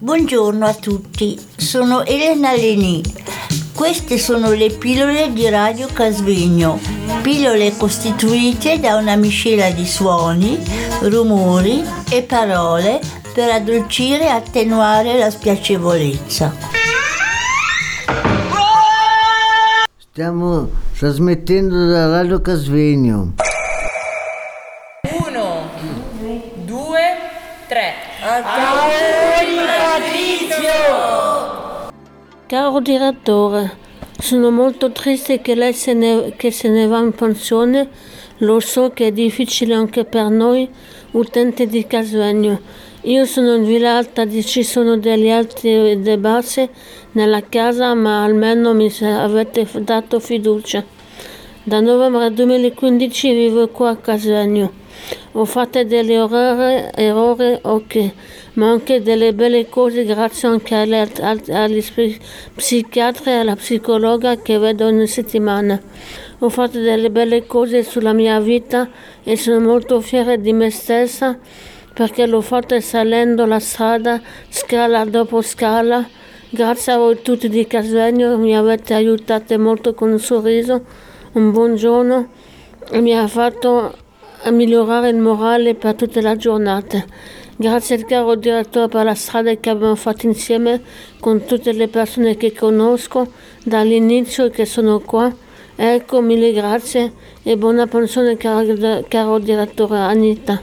Buongiorno a tutti, sono Elena Leni. Queste sono le pillole di Radio Casvegno, pillole costituite da una miscela di suoni, rumori e parole per addolcire e attenuare la spiacevolezza. Stiamo trasmettendo da Radio Casvegno. 1, 2, 3. Auguri Patrizio! Caro direttore, sono molto triste che lei se ne va in pensione. Lo so che è difficile anche per noi, utenti di Casvegno. Io sono in Villa Alta, ci sono degli alti e dei bassi nella casa, ma almeno mi avete dato fiducia. Da novembre 2015 vivo qua a Casvegno. Ho fatto degli errori, ok, ma anche delle belle cose grazie anche agli psichiatri e alla psicologa che vedo ogni settimana. Ho fatto delle belle cose sulla mia vita e sono molto fiera di me stessa perché l'ho fatta salendo la strada, scala dopo scala. Grazie a voi tutti di Casvegno, mi avete aiutato molto con un sorriso, un buongiorno e mi ha fatto a migliorare il morale per tutta la giornata. Grazie al caro direttore per la strada che abbiamo fatto insieme con tutte le persone che conosco dall'inizio e che sono qua. Ecco, mille grazie e buona pensione caro direttore Anita.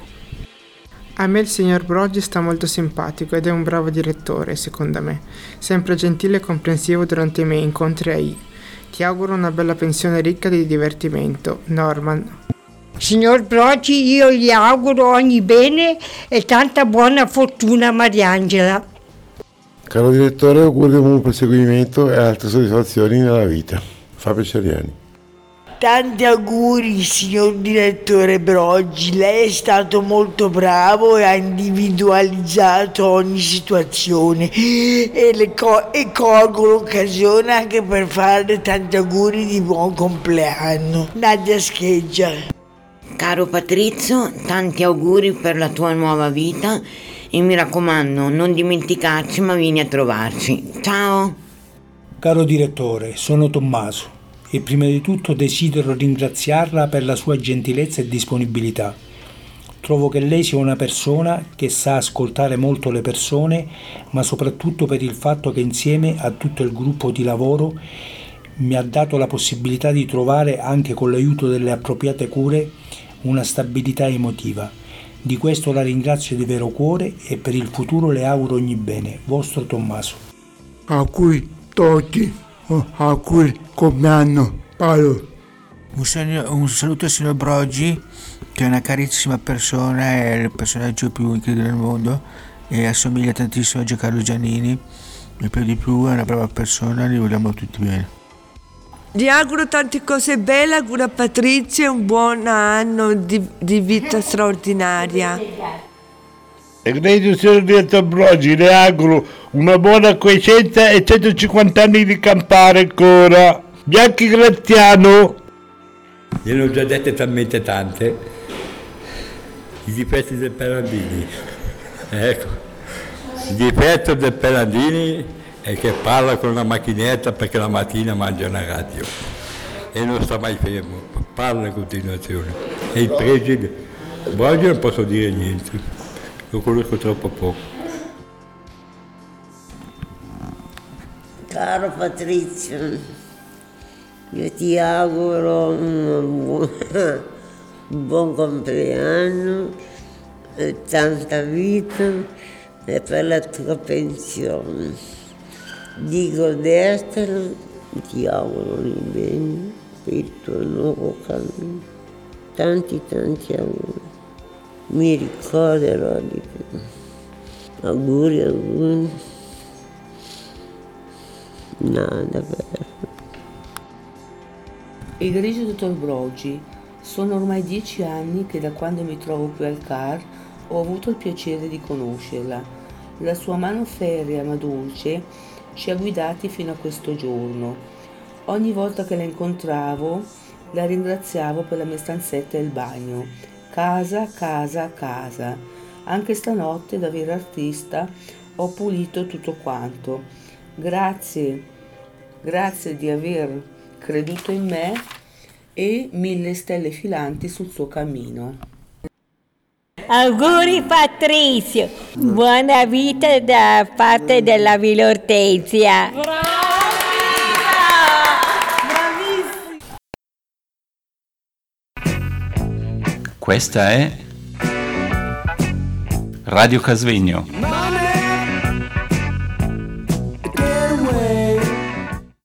A me il signor Brogi sta molto simpatico ed è un bravo direttore, secondo me. Sempre gentile e comprensivo durante i miei incontri AI. Ti auguro una bella pensione ricca di divertimento. Norman. Signor Brogi, io gli auguro ogni bene e tanta buona fortuna a Mariangela. Caro direttore, auguri un buon proseguimento e altre soddisfazioni nella vita. Fabio Ceriani. Tanti auguri signor direttore Brogi, lei è stato molto bravo e ha individualizzato ogni situazione e colgo l'occasione anche per fare tanti auguri di buon compleanno. Nadia Scheggia. Caro Patrizio, tanti auguri per la tua nuova vita e mi raccomando, non dimenticarci ma vieni a trovarci. Ciao! Caro direttore, sono Tommaso e prima di tutto desidero ringraziarla per la sua gentilezza e disponibilità. Trovo che lei sia una persona che sa ascoltare molto le persone, ma soprattutto per il fatto che insieme a tutto il gruppo di lavoro mi ha dato la possibilità di trovare, anche con l'aiuto delle appropriate cure, una stabilità emotiva. Di questo la ringrazio di vero cuore e per il futuro le auguro ogni bene. Vostro Tommaso. Auguri tutti, auguri compleanno, Paolo. Un saluto al signor Brogi, che è una carissima persona, è il personaggio più incredibile del mondo e assomiglia tantissimo a Giancarlo Giannini e per di più è una brava persona, li vogliamo tutti bene. Gli auguro tante cose belle, auguro a Patrizio e un buon anno di vita straordinaria. Egregio signor direttore Brogi, le auguro una buona quiescenza e 150 anni di campare ancora. Bianchi Graziano. Gliene ho già dette talmente tante. I difetti del Perandini. Ecco, il difetto del Perandini è che parla con una macchinetta perché la mattina mangia una radio e non sta mai fermo, parla in continuazione. E il preside Brogi non posso dire niente, lo conosco troppo poco. Caro Patrizio, io ti auguro un buon compleanno e tanta vita e per la tua pensione. Di godertelo, ti auguro di bene per il tuo nuovo cammino. Tanti auguri. Mi ricorderò di te. Auguri. No, davvero. Egregio dottor Brogi, sono ormai 10 anni che da quando mi trovo qui al CAR ho avuto il piacere di conoscerla. La sua mano ferrea ma dolce ci ha guidati fino a questo giorno. Ogni volta che la incontravo la ringraziavo per la mia stanzetta e il bagno. Casa. Anche stanotte, da vera artista, ho pulito tutto quanto. Grazie di aver creduto in me e 1000 stelle filanti sul suo cammino. Auguri Patrizio, buona vita da parte della Villa Ortensia. Questa è Radio Casvegno.